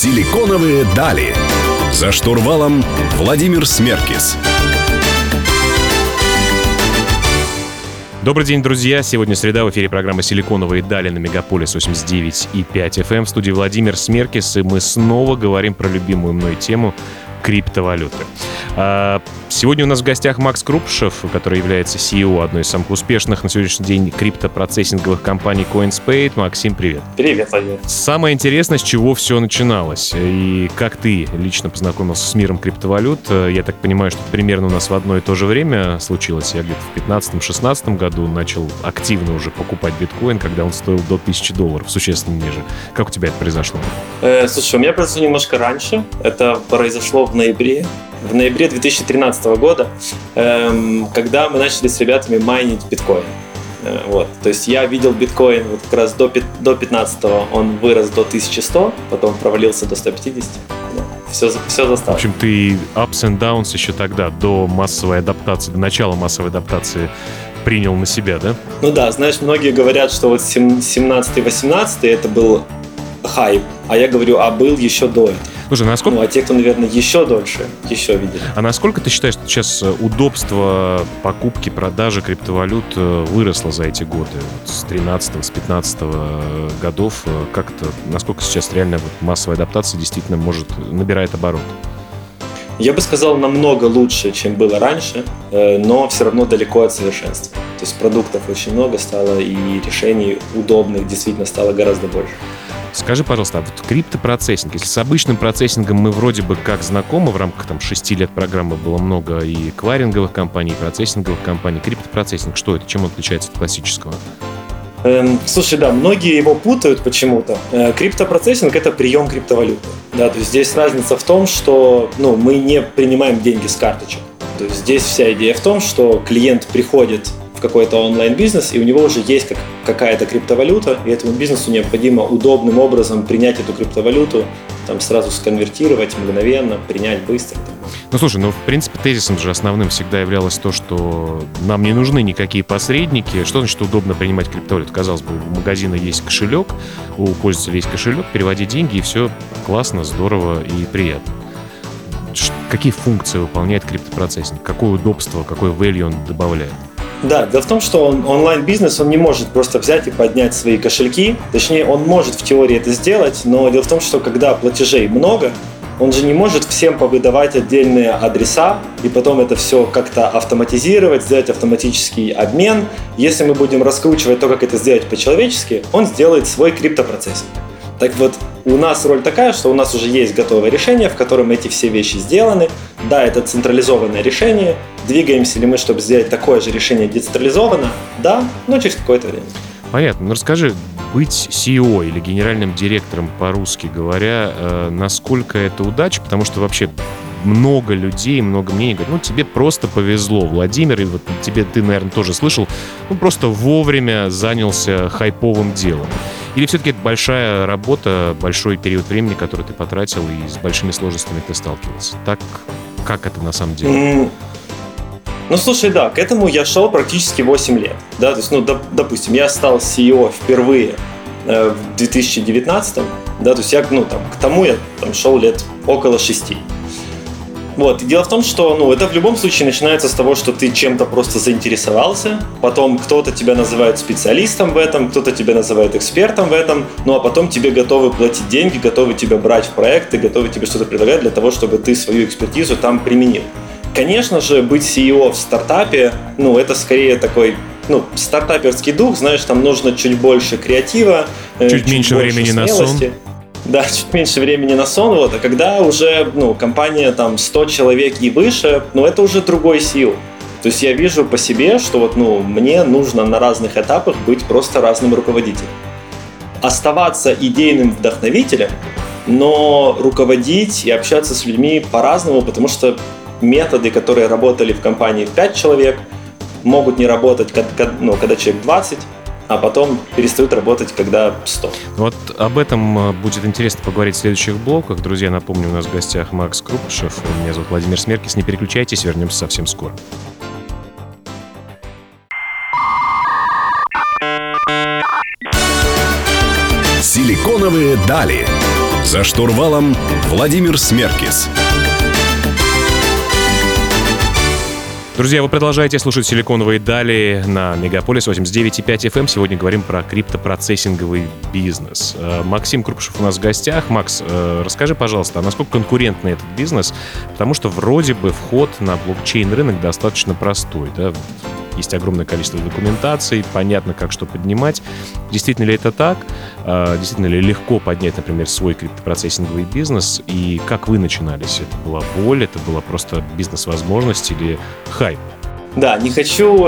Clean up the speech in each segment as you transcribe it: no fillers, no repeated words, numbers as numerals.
Силиконовые дали. За штурвалом Владимир Смеркис. Добрый день, друзья. Сегодня среда, в эфире программа «Силиконовые дали» на Мегаполис 89,5 FM. В студии Владимир Смеркис, и мы снова говорим про любимую мной тему — криптовалюты. Сегодня у нас в гостях Макс Крупшев, который является CEO одной из самых успешных на сегодняшний день криптопроцессинговых компаний CoinSpade. Максим, привет. Привет, Владимир. Самое интересное, с чего все начиналось, и как ты лично познакомился с миром криптовалют. Я так понимаю, что примерно у нас в одно и то же время случилось. Я где-то в 2015-2016 году начал активно уже покупать биткоин, когда он стоил до $1000, существенно ниже. Как у тебя это произошло? Слушай, у меня произошло немножко раньше. Это произошло в ноябре 2013 года, когда мы начали с ребятами майнить биткоин. Вот. То есть я видел биткоин вот как раз до 15-го, он вырос до 1100, потом провалился до 150. Все застало. В общем, ты ups and downs еще тогда, до массовой адаптации, до начала массовой адаптации принял на себя, да? Ну да, знаешь, многие говорят, что вот 17-18 это был хайп, а я говорю, был еще до этого. Слушай, насколько... А те, кто, наверное, еще дольше, еще видели. А насколько ты считаешь, что сейчас удобство покупки, продажи криптовалют выросло за эти годы? С 13-го, с 15-го годов? Насколько сейчас реально массовая адаптация действительно набирает оборот? Я бы сказал, намного лучше, чем было раньше, но все равно далеко от совершенства. То есть продуктов очень много стало, и решений удобных действительно стало гораздо больше. Скажи, пожалуйста, а вот криптопроцессинг, если с обычным процессингом мы вроде бы как знакомы, в рамках 6 лет программы было много и кваринговых компаний, и процессинговых компаний. Криптопроцессинг, что это? Чем он отличается от классического? Слушай, да, многие его путают почему-то. Криптопроцессинг — это прием криптовалюты. Да, то есть здесь разница в том, что мы не принимаем деньги с карточек. То есть здесь вся идея в том, что клиент приходит в какой-то онлайн-бизнес, и у него уже есть какая-то криптовалюта, и этому бизнесу необходимо удобным образом принять эту криптовалюту, сразу сконвертировать мгновенно, принять быстро. Ну, слушай, в принципе, тезисом же основным всегда являлось то, что нам не нужны никакие посредники. Что значит удобно принимать криптовалюту? Казалось бы, у магазина есть кошелек, у пользователя есть кошелек, переводи деньги, и все классно, здорово и приятно. Какие функции выполняет криптопроцессинг? Какое удобство, какой value он добавляет? Да, дело в том, что онлайн-бизнес, он не может просто взять и поднять свои кошельки. Точнее, он может в теории это сделать, но дело в том, что когда платежей много, он же не может всем повыдавать отдельные адреса и потом это все как-то автоматизировать, сделать автоматический обмен. Если мы будем раскручивать то, как это сделать по-человечески, он сделает свой криптопроцессинг. Так вот, у нас роль такая, что у нас уже есть готовое решение, в котором эти все вещи сделаны. Да, это централизованное решение. Двигаемся ли мы, чтобы сделать такое же решение децентрализованно? Да, но через какое-то время. Понятно. Ну расскажи, быть CEO или генеральным директором, по-русски говоря, насколько это удача? Потому что вообще много людей, много мнений говорят, тебе просто повезло, Владимир, и вот ты, наверное, тоже слышал, просто вовремя занялся хайповым делом. Или все-таки это большая работа, большой период времени, который ты потратил, и с большими сложностями ты сталкивался? Так, как это на самом деле? Слушай, да, к этому я шел практически 8 лет. Да? То есть, допустим, я стал CEO впервые в 2019, да, то есть я, к тому я шел лет около 6. Вот. И дело в том, что это в любом случае начинается с того, что ты чем-то просто заинтересовался, потом кто-то тебя называет специалистом в этом, кто-то тебя называет экспертом в этом, а потом тебе готовы платить деньги, готовы тебя брать в проекты, готовы тебе что-то предлагать для того, чтобы ты свою экспертизу там применил. Конечно же, быть CEO в стартапе, это скорее такой, стартаперский дух, знаешь, там нужно чуть больше креатива, чуть меньше времени смелости. На сон. Да, чуть меньше времени на сон, а когда уже, компания 100 человек и выше, это уже другой CEO. То есть я вижу по себе, что мне нужно на разных этапах быть просто разным руководителем. Оставаться идейным вдохновителем, но руководить и общаться с людьми по-разному, потому что методы, которые работали в компании в 5 человек, могут не работать, когда человек 20, а потом перестают работать, когда 100. Вот об этом будет интересно поговорить в следующих блоках. Друзья, напомню, у нас в гостях Макс Крупшев. Меня зовут Владимир Смеркис. Не переключайтесь, вернемся совсем скоро. Силиконовые дали. За штурвалом Владимир Смеркис. Друзья, вы продолжаете слушать «Силиконовые дали» на Мегаполис 89,5 FM. Сегодня говорим про криптопроцессинговый бизнес. Максим Крупшев у нас в гостях. Макс, расскажи, пожалуйста, а насколько конкурентный этот бизнес? Потому что вроде бы вход на блокчейн-рынок достаточно простой, да? Есть огромное количество документаций, понятно, как что поднимать. Действительно ли это так? Действительно ли легко поднять, например, свой криптопроцессинговый бизнес? И как вы начинались? Это была боль, это была просто бизнес-возможность или хайп? Да, не хочу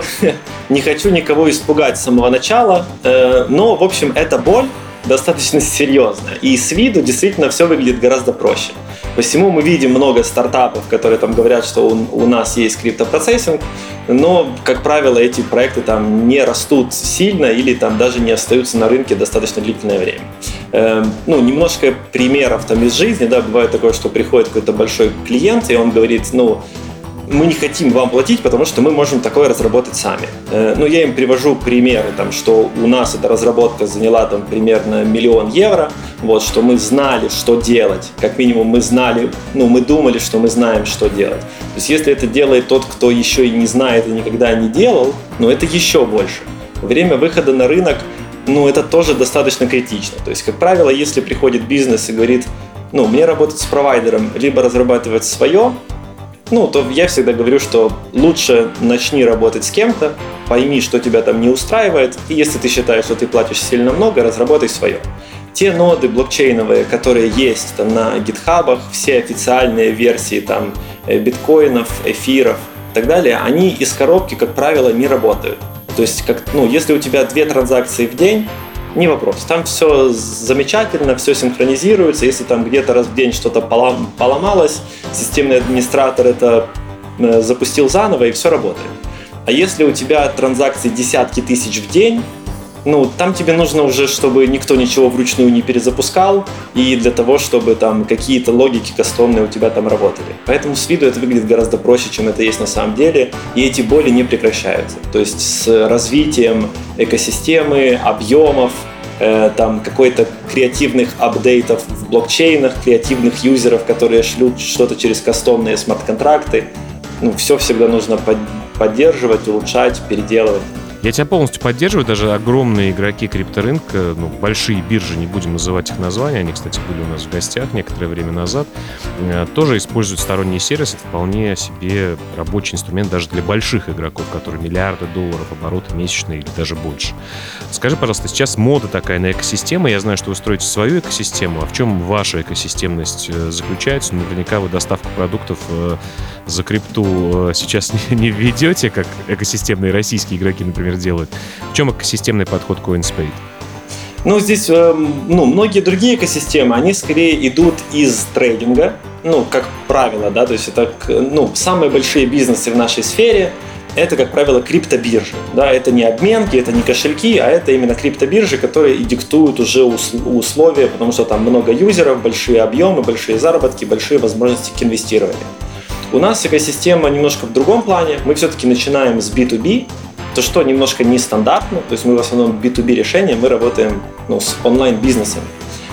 никого испугать с самого начала, но, в общем, эта боль достаточно серьезная. И с виду действительно все выглядит гораздо проще. Посему мы видим много стартапов, которые там говорят, что у нас есть криптопроцессинг, но, как правило, эти проекты там не растут сильно или там даже не остаются на рынке достаточно длительное время. Немножко примеров там из жизни, да, бывает такое, что приходит какой-то большой клиент, и он говорит, мы не хотим вам платить, потому что мы можем такое разработать сами. Я им привожу примеры, что у нас эта разработка заняла примерно 1 000 000 евро, что мы знали, что делать. Как минимум мы знали, мы думали, что мы знаем, что делать. То есть если это делает тот, кто еще и не знает и никогда не делал, это еще больше. Время выхода на рынок, это тоже достаточно критично. То есть, как правило, если приходит бизнес и говорит, мне работать с провайдером, либо разрабатывать свое, то я всегда говорю, что лучше начни работать с кем-то, пойми, что тебя там не устраивает, и если ты считаешь, что ты платишь сильно много, разработай свое. Те ноды блокчейновые, которые есть на гитхабах, все официальные версии биткоинов, эфиров и так далее, они из коробки, как правило, не работают. То есть, если у тебя 2 транзакции в день, не вопрос. Там все замечательно, все синхронизируется. Если там где-то раз в день что-то поломалось, системный администратор это запустил заново, и все работает. А если у тебя транзакций десятки тысяч в день, там тебе нужно уже, чтобы никто ничего вручную не перезапускал, и для того, чтобы там какие-то логики кастомные у тебя там работали. Поэтому с виду это выглядит гораздо проще, чем это есть на самом деле, и эти боли не прекращаются. То есть с развитием экосистемы, объемов, какой-то креативных апдейтов в блокчейнах, креативных юзеров, которые шлют что-то через кастомные смарт-контракты, все всегда нужно поддерживать, улучшать, переделывать. Я тебя полностью поддерживаю, даже огромные игроки крипторынка, большие биржи, не будем называть их названия, они, кстати, были у нас в гостях некоторое время назад, тоже используют сторонние сервисы, это вполне себе рабочий инструмент даже для больших игроков, которые миллиарды долларов обороты месячные или даже больше. Скажи, пожалуйста, сейчас мода такая на экосистему, я знаю, что вы строите свою экосистему, а в чем ваша экосистемность заключается? Наверняка вы доставку продуктов за крипту сейчас не ведете, как экосистемные российские игроки, например, делают. В чем экосистемный подход CoinSpade? Здесь, многие другие экосистемы, они скорее идут из трейдинга, как правило, да, то есть это, самые большие бизнесы в нашей сфере, это, как правило, криптобиржи, да, это не обменки, это не кошельки, а это именно криптобиржи, которые и диктуют уже условия, потому что там много юзеров, большие объемы, большие заработки, большие возможности к инвестированию. У нас экосистема немножко в другом плане, мы все-таки начинаем с B2B, то, что немножко нестандартно, то есть мы в основном B2B решения, мы работаем с онлайн-бизнесами.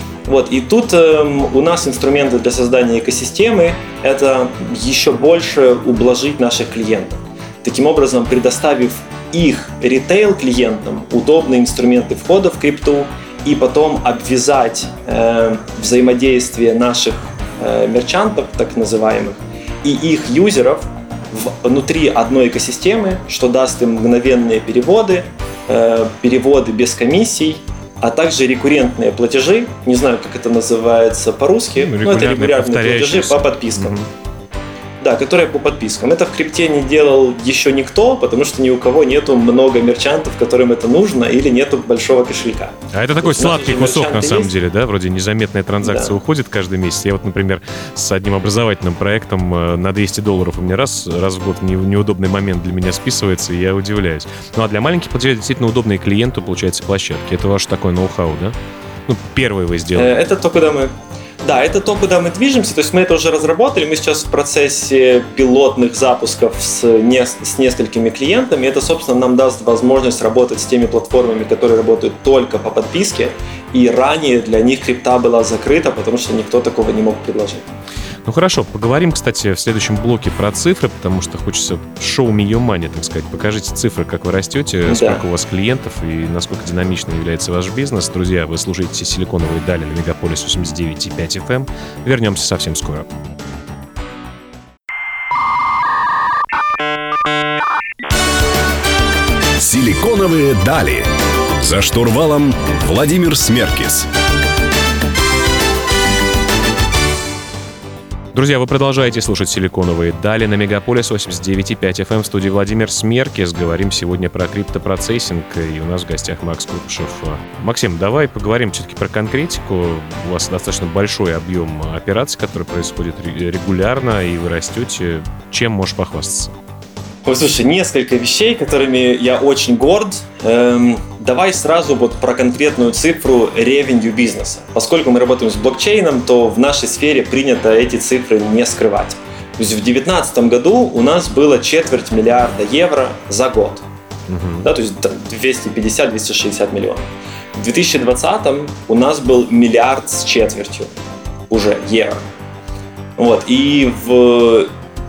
И тут у нас инструменты для создания экосистемы – это еще больше ублажить наших клиентов. Таким образом, предоставив их ритейл-клиентам удобные инструменты входа в крипту и потом обвязать взаимодействие наших мерчантов, так называемых, и их юзеров внутри одной экосистемы, что даст им мгновенные переводы, переводы без комиссий, а также рекуррентные платежи. Не знаю, как это называется по-русски, но это регулярные платежи по подпискам. Да, которые по подпискам. Это в крипте не делал еще никто, потому что ни у кого нету много мерчантов, которым это нужно, или нету большого кошелька. А это такой сладкий кусок на самом деле, да? Вроде незаметная транзакция уходит каждый месяц. Я например, с одним образовательным проектом на $200 у меня раз в год неудобный момент для меня списывается, и я удивляюсь. А для маленьких платежей действительно удобные клиенту, получается, площадки. Это ваше такое ноу-хау, да? Первое вы сделали. Это то, куда мы... Да, это то, куда мы движемся. То есть мы это уже разработали. Мы сейчас в процессе пилотных запусков с несколькими клиентами. Это, собственно, нам даст возможность работать с теми платформами, которые работают только по подписке. И ранее для них крипта была закрыта, потому что никто такого не мог предложить. Ну хорошо, поговорим, кстати, в следующем блоке про цифры, потому что хочется show me your money, так сказать. Покажите цифры, как вы растете, сколько у вас клиентов и насколько динамичным является ваш бизнес. Друзья, вы слушаете «Силиконовые дали» на Мегаполис 89,5 FM. Вернемся совсем скоро. «Силиконовые дали». За штурвалом Владимир Смеркис. Друзья, вы продолжаете слушать «Силиконовые дали» на Мегаполис 89,5 FM. В студии Владимир Смеркис. Говорим сегодня про криптопроцессинг. И у нас в гостях Макс Куйбышев. Максим, давай поговорим все-таки про конкретику. У вас достаточно большой объем операций, который происходит регулярно, и вы растете. Чем можешь похвастаться? Ой, слушай, несколько вещей, которыми я очень горд. Давай сразу вот про конкретную цифру revenue бизнеса. Поскольку мы работаем с блокчейном, то в нашей сфере принято эти цифры не скрывать. То есть в 2019 году у нас было 250 миллиарда евро за год. Да, то есть 250-260 миллионов. В 2020 у нас был 1 миллиард с четвертью уже евро. Вот, и в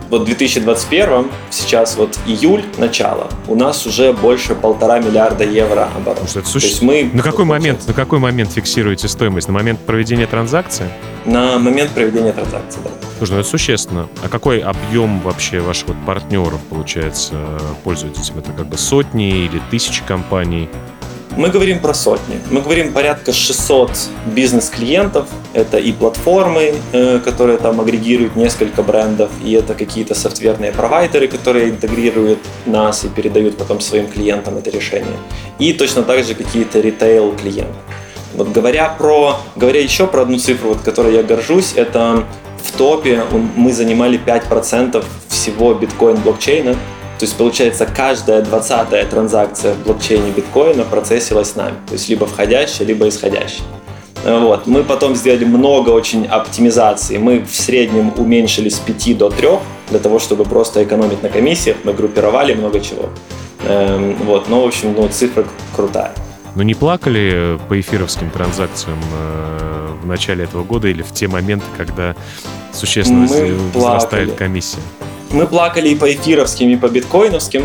2021, сейчас вот июль, начало, у нас уже больше 1,5 миллиарда евро оборот. На какой момент фиксируете стоимость? На момент проведения транзакции? На момент проведения транзакции, да. Слушай, это существенно. А какой объем вообще ваших вот партнеров, получается, пользуетесь этим? Это как бы сотни или тысячи компаний? Мы говорим про сотни. Мы говорим порядка 600 бизнес-клиентов. Это и платформы, которые там агрегируют несколько брендов, и это какие-то софтверные провайдеры, которые интегрируют нас и передают потом своим клиентам это решение. И точно так же какие-то ритейл-клиенты. Вот говоря еще про одну цифру, вот, которой я горжусь, это в топе мы занимали 5% всего биткоин-блокчейна. То есть, получается, каждая 20-я транзакция в блокчейне биткоина процессилась нами. То есть, либо входящая, либо исходящая. Вот. Мы потом сделали много очень оптимизаций. Мы в среднем уменьшили с 5 до 3, для того, чтобы просто экономить на комиссиях. Мы группировали много чего. Вот. Но, в общем, цифра крутая. Но не плакали по эфировским транзакциям в начале этого года или в те моменты, когда существенно возрастает комиссия? Мы плакали и по эфировским, и по биткоиновским.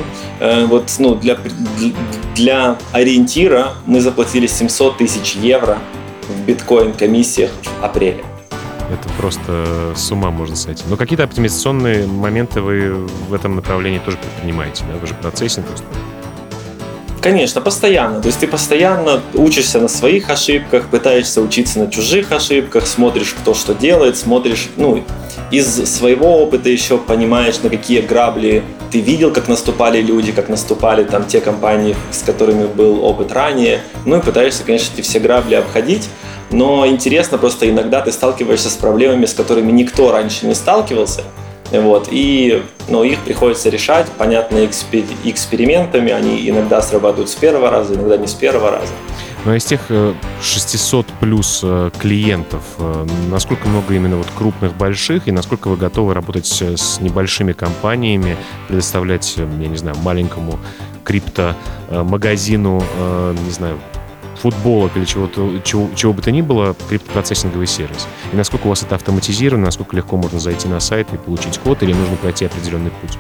Для ориентира мы заплатили 700 тысяч евро в биткоин-комиссиях в апреле. Это просто с ума можно сойти. Но какие-то оптимизационные моменты вы в этом направлении тоже предпринимаете, да? Вы же процессинг просто. Конечно, постоянно. То есть ты постоянно учишься на своих ошибках, пытаешься учиться на чужих ошибках, смотришь, кто что делает, смотришь, из своего опыта еще понимаешь, на какие грабли ты видел, как наступали люди, как наступали там те компании, с которыми был опыт ранее. И пытаешься, конечно, эти все грабли обходить. Но интересно, просто иногда ты сталкиваешься с проблемами, с которыми никто раньше не сталкивался. Вот, и их приходится решать, понятно, экспериментами. Они иногда срабатывают с первого раза, иногда не с первого раза. Но из тех 600 плюс клиентов, насколько много именно вот крупных, больших, и насколько вы готовы работать с небольшими компаниями, предоставлять, я не знаю, маленькому крипто-магазину, не знаю, футболок или чего бы то ни было, криптопроцессинговый сервис? И насколько у вас это автоматизировано, насколько легко можно зайти на сайт и получить код, или нужно пройти определенный путь?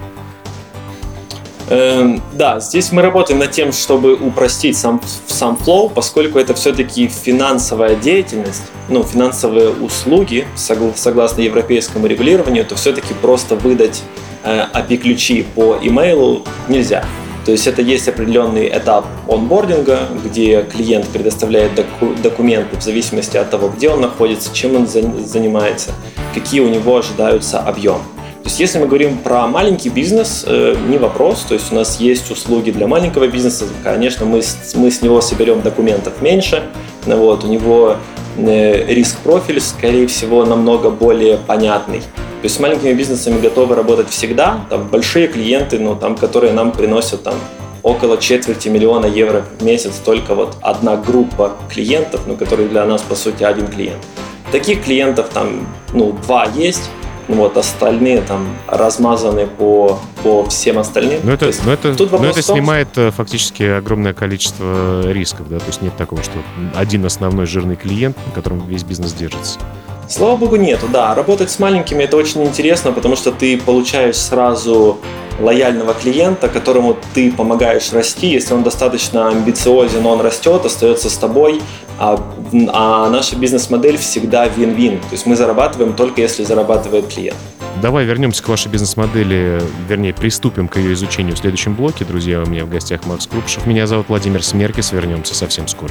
Да, здесь мы работаем над тем, чтобы упростить сам флоу, поскольку это все-таки финансовая деятельность, финансовые услуги, согласно европейскому регулированию, то все-таки просто выдать API-ключи по имейлу нельзя. То есть это есть определенный этап онбординга, где клиент предоставляет документы в зависимости от того, где он находится, чем он занимается, какие у него ожидаются объемы. То есть если мы говорим про маленький бизнес, не вопрос. То есть у нас есть услуги для маленького бизнеса. Конечно, мы с него соберем документов меньше. Вот, у него риск-профиль, скорее всего, намного более понятный. То есть с маленькими бизнесами готовы работать всегда. Там большие клиенты, которые нам приносят около 250 000 евро в месяц, только вот одна группа клиентов, которые для нас, по сути, один клиент. Таких клиентов там, 2 есть. Вот, остальные там размазаны по всем остальным. Но это том, снимает фактически огромное количество рисков, да? То есть нет такого, что один основной жирный клиент, на котором весь бизнес держится. Слава богу, нету, да. Работать с маленькими — это очень интересно, потому что ты получаешь сразу лояльного клиента, которому ты помогаешь расти. Если он достаточно амбициозен, он растет, остается с тобой. А наша бизнес-модель всегда win-win. То есть мы зарабатываем только если зарабатывает клиент. Давай вернемся к вашей бизнес-модели, вернее, приступим к ее изучению в следующем блоке. Друзья, у меня в гостях Макс Крупшев. Меня зовут Владимир Смеркис. Вернемся совсем скоро.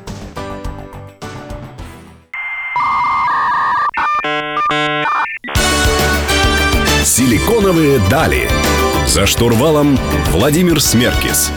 Силиконовые дали. За штурвалом Владимир Смеркис.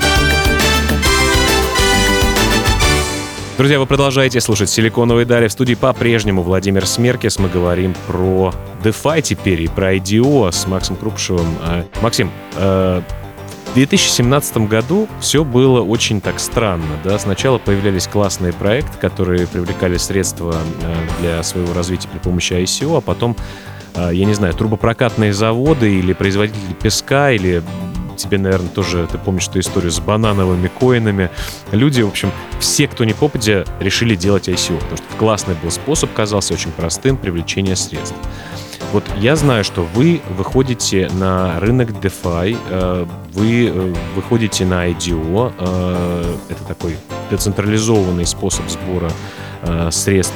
Друзья, вы продолжаете слушать «Силиконовые дали». В студии по-прежнему Владимир Смеркис. Мы говорим про DeFi теперь и про IDO с Максом Крупшевым. Максим, в 2017 году все было очень так странно. Да? Сначала появлялись классные проекты, которые привлекали средства для своего развития при помощи ICO, а потом, я не знаю, трубопрокатные заводы или производители песка, или тебе, наверное, тоже, ты помнишь эту историю с банановыми коинами. Люди, в общем, все, кто не попадя, решили делать ICO, потому что классный был способ, казался очень простым, привлечения средств. Вот я знаю, что вы выходите на рынок DeFi, вы выходите на IDO, это такой децентрализованный способ сбора средств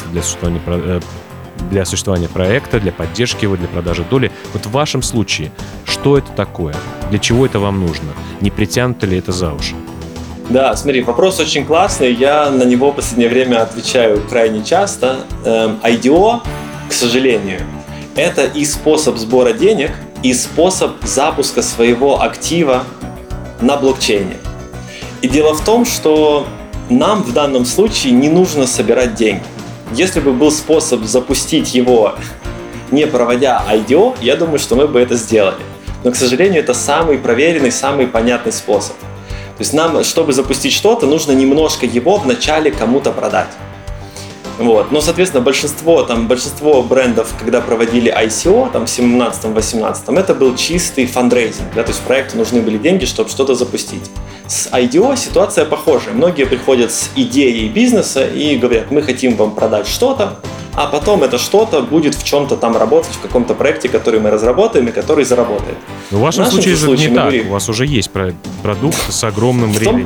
для существования проекта, для поддержки его, для продажи доли. Вот в вашем случае, что это такое? Для чего это вам нужно? Не притянуто ли это за уши? Да, смотри, вопрос очень классный, я на него в последнее время отвечаю крайне часто. IDO, к сожалению, это и способ сбора денег, и способ запуска своего актива на блокчейне. И дело в том, что нам в данном случае не нужно собирать деньги. Если бы был способ запустить его, не проводя IDO, я думаю, что мы бы это сделали. Но, к сожалению, это самый проверенный, самый понятный способ. То есть нам, чтобы запустить что-то, нужно немножко его вначале кому-то продать. Вот. Но, соответственно, большинство брендов, когда проводили ICO, там, в 2017-2018, это был чистый фандрейзинг. Да? То есть проекту нужны были деньги, чтобы что-то запустить. С IDO ситуация похожая. Многие приходят с идеей бизнеса и говорят, мы хотим вам продать что-то, а потом это что-то будет в чем-то там работать, в каком-то проекте, который мы разработаем и который заработает. Но в вашем случае же не так. У вас уже есть продукт с огромным временем.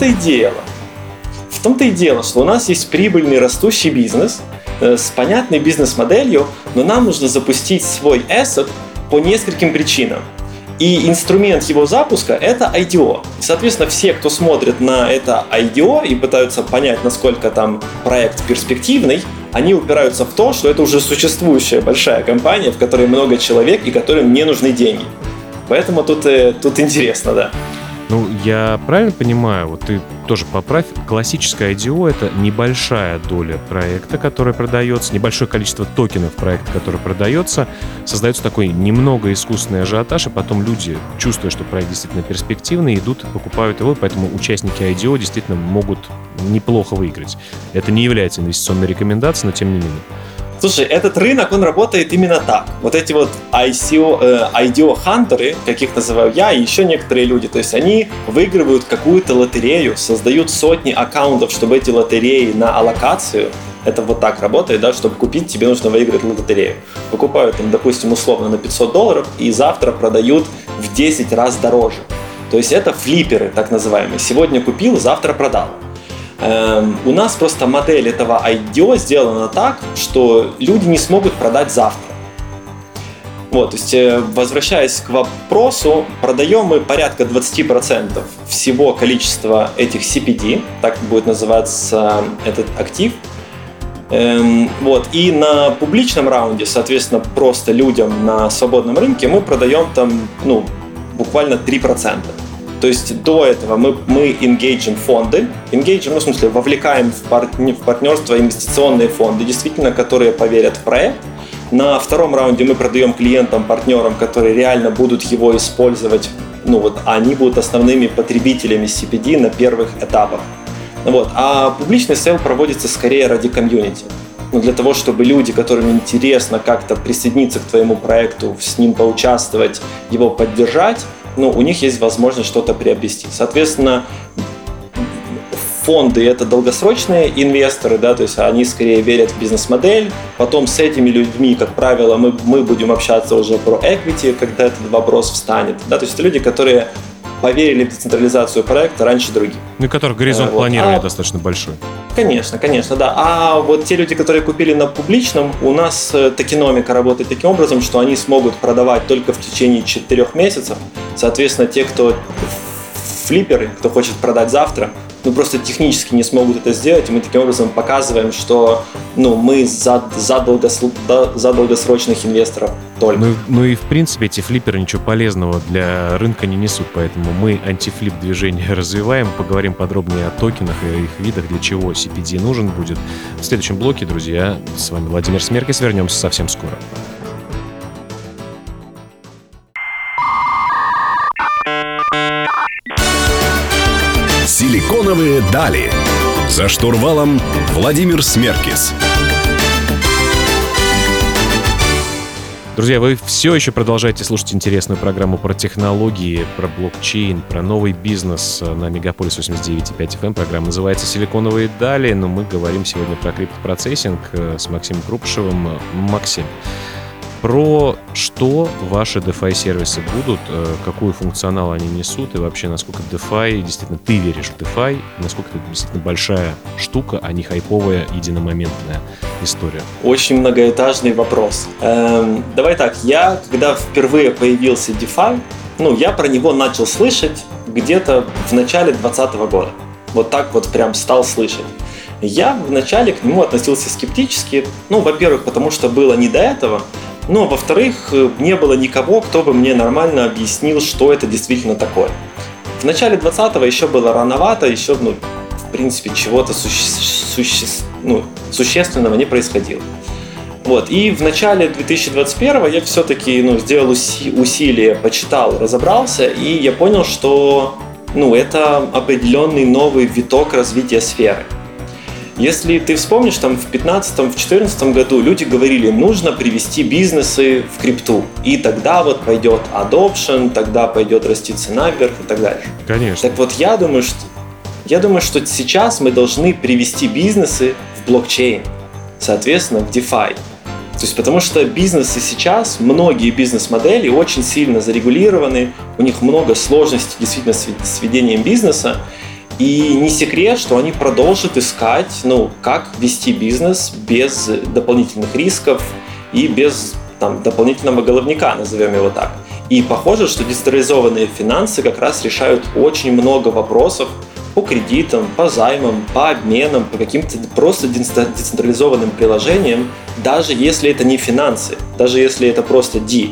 В том-то и дело, что у нас есть прибыльный растущий бизнес с понятной бизнес-моделью, но нам нужно запустить свой asset по нескольким причинам. И инструмент его запуска — это IDO. И, соответственно, все, кто смотрит на это IDO и пытаются понять, насколько там проект перспективный, они упираются в то, что это уже существующая большая компания, в которой много человек и которым не нужны деньги. Поэтому тут интересно, да. Ну, я правильно понимаю, вот ты тоже поправь, классическое IDO — это небольшая доля проекта, который продается, небольшое количество токенов проекта, который продается, создается такой немного искусственный ажиотаж, и потом люди, чувствуя, что проект действительно перспективный, идут и покупают его, поэтому участники IDO действительно могут неплохо выиграть. Это не является инвестиционной рекомендацией, но тем не менее. Слушай, этот рынок, он работает именно так. Вот эти вот IDO-хантеры, как их называю я, и еще некоторые люди, то есть они выигрывают какую-то лотерею, создают сотни аккаунтов, чтобы эти лотереи на аллокацию, это вот так работает, да, чтобы купить, тебе нужно выиграть лотерею. Покупают там, допустим, условно на $500 и завтра продают в 10 раз дороже. То есть это флипперы, так называемые. Сегодня купил, завтра продал. У нас просто модель этого IDO сделана так, что люди не смогут продать завтра. Вот, то есть, возвращаясь к вопросу, продаем мы порядка 20% всего количества этих CPD, так будет называться этот актив. Вот, и на публичном раунде, соответственно, просто людям на свободном рынке мы продаем там, буквально 3%. То есть до этого мы engaging фонды, в смысле вовлекаем в партнерство инвестиционные фонды, действительно, которые поверят в проект. На втором раунде мы продаем клиентам, партнерам, которые реально будут его использовать, они будут основными потребителями CPD на первых этапах. Вот. А публичный сейл проводится скорее ради комьюнити. но для того, чтобы люди, которым интересно как-то присоединиться к твоему проекту, с ним поучаствовать, его поддержать, у них есть возможность что-то приобрести. Соответственно, фонды — это долгосрочные инвесторы, да, то есть они скорее верят в бизнес-модель. Потом с этими людьми, как правило, мы будем общаться уже про equity, когда этот вопрос встанет. Да, то есть это люди, которые поверили в децентрализацию проекта раньше других. И у которых горизонт планирования достаточно большой. Конечно, да. А вот те люди, которые купили на публичном, у нас токеномика работает таким образом, что они смогут продавать только в течение 4 месяцев. Соответственно, те, кто флипперы, кто хочет продать завтра, просто технически не смогут это сделать, и мы таким образом показываем, что мы за долгосрочных инвесторов только. И в принципе эти флипперы ничего полезного для рынка не несут, поэтому мы антифлип движение развиваем, поговорим подробнее о токенах и их видах, для чего CPD нужен будет. В следующем блоке, друзья, с вами Владимир Смеркис, вернемся совсем скоро. Силиконовые дали. За штурвалом Владимир Смеркис. Друзья, вы все еще продолжаете слушать интересную программу про технологии, про блокчейн, про новый бизнес на Мегаполис 89.5 FM. Программа называется «Силиконовые дали», но мы говорим сегодня про криптопроцессинг с Максимом Крупышевым. Максим, про что ваши DeFi-сервисы будут, какой функционал они несут и вообще насколько DeFi, действительно, ты веришь в DeFi, насколько это действительно большая штука, а не хайповая единомоментная история? Очень многоэтажный вопрос. Давай так, когда впервые появился DeFi, я про него начал слышать где-то в начале 2020 года. Вот так вот прям стал слышать. Я вначале к нему относился скептически, во-первых, потому что было не до этого, во-вторых, не было никого, кто бы мне нормально объяснил, что это действительно такое. В начале 20-го еще было рановато, еще, в принципе, чего-то существенного не происходило. И в начале 2021-го я все-таки сделал усилие, почитал, разобрался, и я понял, что это определенный новый виток развития сферы. Если ты вспомнишь, в 2015-2014 году люди говорили, нужно привести бизнесы в крипту, и тогда пойдет adoption, тогда пойдет расти цена вверх и так дальше. Конечно. Так я думаю, что сейчас мы должны привести бизнесы в блокчейн, соответственно, в DeFi. То есть, потому что бизнесы сейчас, многие бизнес-модели очень сильно зарегулированы, у них много сложностей действительно с ведением бизнеса. И не секрет, что они продолжат искать, как вести бизнес без дополнительных рисков и без дополнительного головника, назовем его так. И похоже, что децентрализованные финансы как раз решают очень много вопросов по кредитам, по займам, по обменам, по каким-то просто децентрализованным приложениям, даже если это не финансы, даже если это просто D.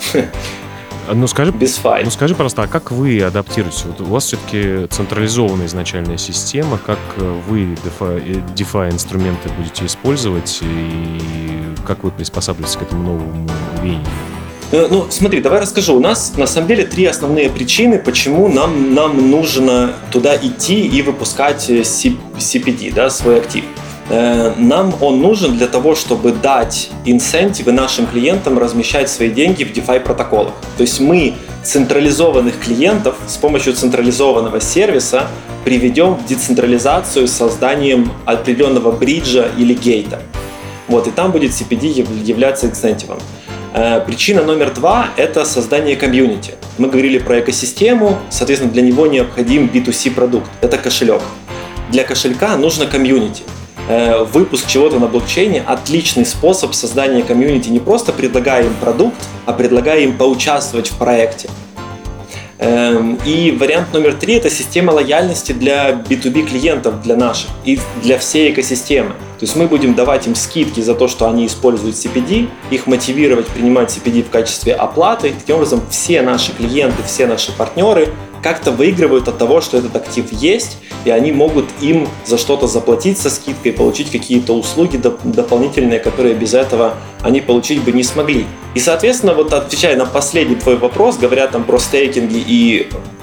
Скажи, BizFi. Скажи, пожалуйста, а как вы адаптируетесь? У вас все-таки централизованная изначальная система, как вы DeFi-инструменты будете использовать и как вы приспосабливаетесь к этому новому веянию? Смотри, давай расскажу. У нас на самом деле 3 основные причины, почему нам нужно туда идти и выпускать CPD, да, свой актив. Нам он нужен для того, чтобы дать инсентивы нашим клиентам размещать свои деньги в DeFi протоколах. То есть мы централизованных клиентов с помощью централизованного сервиса приведем в децентрализацию с созданием определенного бриджа или гейта. И там будет CPD являться инсентивом. Причина номер 2 – это создание комьюнити. Мы говорили про экосистему, соответственно, для него необходим B2C продукт. Это кошелек. Для кошелька нужно комьюнити. Выпуск чего-то на блокчейне – отличный способ создания комьюнити. Не просто предлагая им продукт, а предлагая им поучаствовать в проекте. И вариант номер 3 – это система лояльности для B2B клиентов, для наших и для всей экосистемы. То есть мы будем давать им скидки за то, что они используют CPD, их мотивировать принимать CPD в качестве оплаты. Таким образом, все наши клиенты, все наши партнеры как-то выигрывают от того, что этот актив есть, и они могут им за что-то заплатить со скидкой, получить какие-то услуги дополнительные, которые без этого они получить бы не смогли. И, соответственно, отвечая на последний твой вопрос, говоря про стейкинги и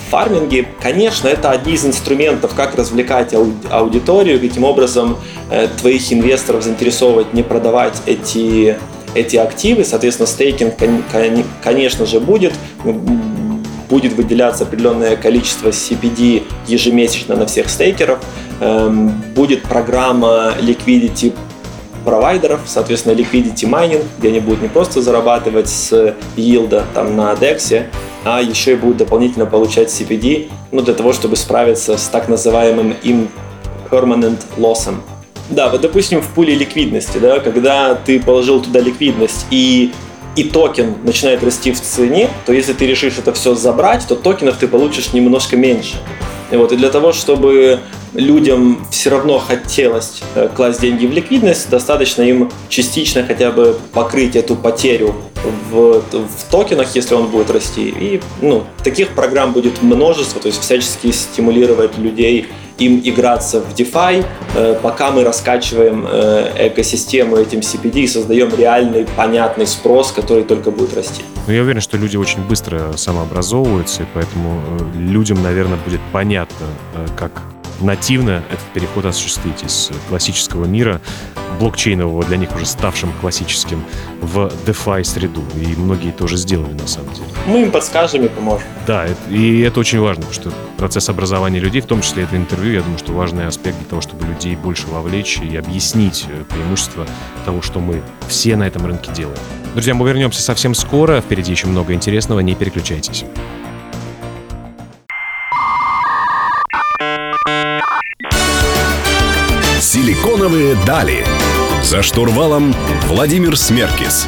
фарминге. Конечно, это одни из инструментов, как развлекать аудиторию, каким образом твоих инвесторов заинтересовывать, не продавать эти активы. Соответственно, стейкинг, конечно же, будет выделяться определенное количество CPD ежемесячно на всех стейкеров. Будет программа liquidity провайдеров, соответственно, liquidity mining, где они будут не просто зарабатывать с yield там, на DEX, а еще и будут дополнительно получать CPD, для того, чтобы справиться с так называемым impermanent loss. Да, вот, допустим, в пуле ликвидности, да, когда ты положил туда ликвидность и токен начинает расти в цене, то если ты решишь это все забрать, то токенов ты получишь немножко меньше. И для того, чтобы людям все равно хотелось класть деньги в ликвидность, достаточно им частично хотя бы покрыть эту потерю в токенах, если он будет расти. И таких программ будет множество, то есть всячески стимулировать людей им играться в DeFi, пока мы раскачиваем экосистему этим CPD и создаем реальный, понятный спрос, который только будет расти. Я уверен, что люди очень быстро самообразовываются, и поэтому людям, наверное, будет понятно, как нативно этот переход осуществить из классического мира, блокчейнового, для них уже ставшим классическим, в DeFi среду. И многие это уже сделали, на самом деле. Мы им подскажем и поможем. Да, и это очень важно, потому что процесс образования людей, в том числе это интервью, я думаю, что важный аспект для того, чтобы людей больше вовлечь и объяснить преимущества того, что мы все на этом рынке делаем. Друзья, мы вернемся совсем скоро. Впереди еще много интересного, не переключайтесь. Силиконовые дали. За штурвалом Владимир Смеркис.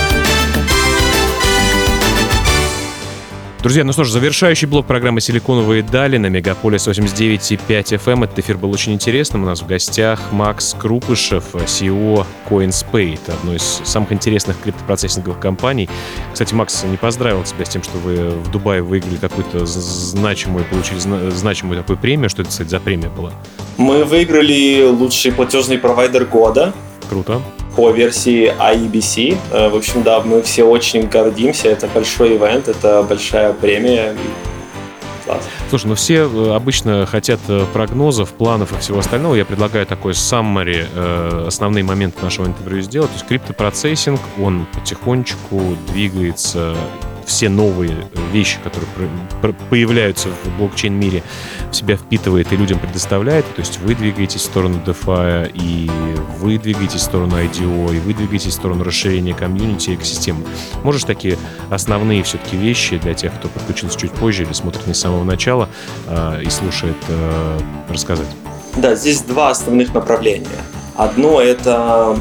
Друзья, ну что ж, завершающий блок программы «Силиконовые дали» на Мегаполис 89,5 FM. Этот эфир был очень интересным. У нас в гостях Макс Крупышев, CEO CoinSpade, одной из самых интересных криптопроцессинговых компаний. Кстати, Макс, не поздравил тебя с тем, что вы в Дубае выиграли какую-то значимую, получили значимую такую премию. Что это, кстати, за премия была? Мы выиграли лучший платежный провайдер года. Круто. По версии IEBC. В общем, да, мы все очень гордимся. Это большой ивент, это большая премия. Класс. Слушай, ну все обычно хотят прогнозов, планов и всего остального. Я предлагаю такой саммари, основные моменты нашего интервью сделать. То есть криптопроцессинг, он потихонечку двигается. Все новые вещи, которые появляются в блокчейн-мире, в себя впитывает и людям предоставляет. То есть вы двигаетесь в сторону DeFi, и вы двигаетесь в сторону IDO, и вы двигаетесь в сторону расширения комьюнити, экосистемы. Можешь такие основные все-таки вещи для тех, кто подключился чуть позже или смотрит не с самого начала и слушает, рассказать? Да, здесь два основных направления. Одно — это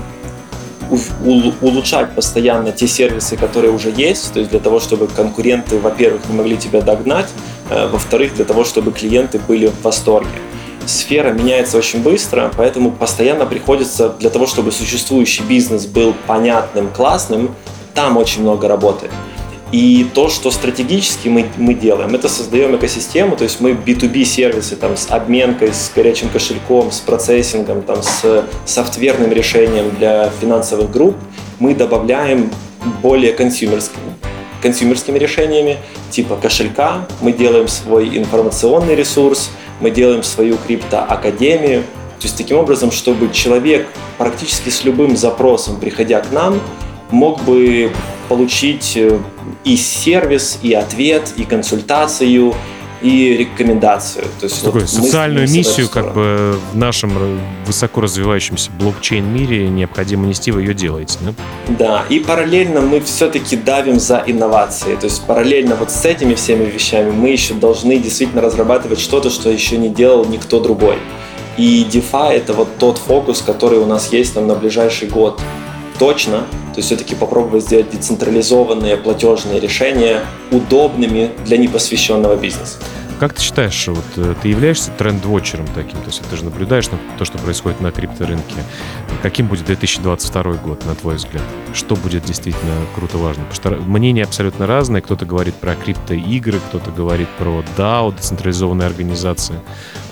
улучшать постоянно те сервисы, которые уже есть, то есть для того, чтобы конкуренты, во-первых, не могли тебя догнать, во-вторых, для того, чтобы клиенты были в восторге. Сфера меняется очень быстро, поэтому постоянно приходится, для того, чтобы существующий бизнес был понятным, классным, там очень много работы. И то, что стратегически мы делаем, это создаем экосистему, то есть мы B2B сервисы там, с обменкой, с горячим кошельком, с процессингом, там, с софтверным решением для финансовых групп, мы добавляем более консюмерскими решениями, типа кошелька, мы делаем свой информационный ресурс, мы делаем свою криптоакадемию. То есть таким образом, чтобы человек практически с любым запросом, приходя к нам, мог бы получить и сервис, и ответ, и консультацию, и рекомендацию. То есть такую социальную миссию как бы в нашем высоко развивающемся блокчейн-мире необходимо нести, вы ее делаете, да? Да, и параллельно мы все-таки давим за инновации. То есть параллельно вот с этими всеми вещами мы еще должны действительно разрабатывать что-то, что еще не делал никто другой. И DeFi — это вот тот фокус, который у нас есть там на ближайший год. Точно, то есть все-таки попробовать сделать децентрализованные платежные решения удобными для непосвященного бизнеса. Как ты считаешь, вот ты являешься тренд-вотчером таким, то есть ты же наблюдаешь на то, что происходит на крипторынке. Каким будет 2022 год, на твой взгляд? Что будет действительно круто важно? Потому что мнения абсолютно разные. Кто-то говорит про криптоигры, кто-то говорит про DAO, децентрализованные организации.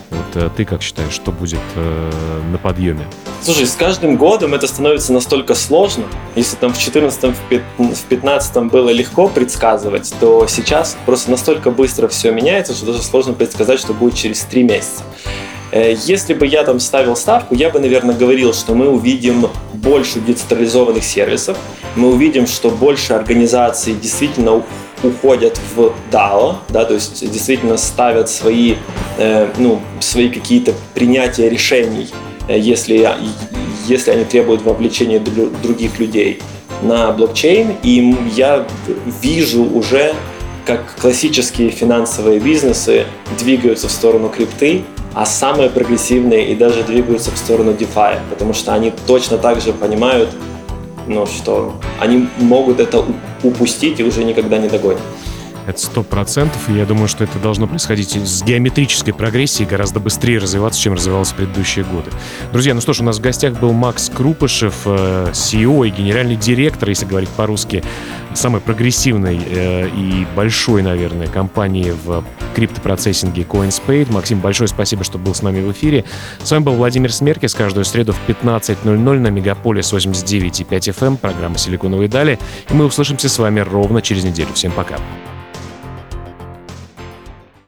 Вот ты как считаешь, что будет на подъеме? Слушай, с каждым годом это становится настолько сложно. Если там в 2014, в 2015 было легко предсказывать, то сейчас просто настолько быстро все меняется, что даже сложно предсказать, что будет через 3 месяца. Если бы я там ставил ставку, я бы, наверное, говорил, что мы увидим больше децентрализованных сервисов, мы увидим, что больше организаций действительно уходят в DAO, да, то есть действительно ставят свои какие-то принятия решений, если они требуют вовлечения других людей на блокчейн. И я вижу уже, как классические финансовые бизнесы двигаются в сторону крипты, а самые прогрессивные и даже двигаются в сторону DeFi, потому что они точно так же понимают, что они могут это упустить и уже никогда не догонят. Это 100%, и я думаю, что это должно происходить с геометрической прогрессией, гораздо быстрее развиваться, чем развивалось в предыдущие годы. Друзья, ну что ж, у нас в гостях был Макс Крупышев, CEO и генеральный директор, если говорить по-русски, самой прогрессивной и большой, наверное, компании в криптопроцессинге CoinSpade. Максим, большое спасибо, что был с нами в эфире. С вами был Владимир Смеркис. Каждую среду в 15:00 на Мегаполис 89,5 FM, программа «Силиконовые дали». И мы услышимся с вами ровно через неделю. Всем пока.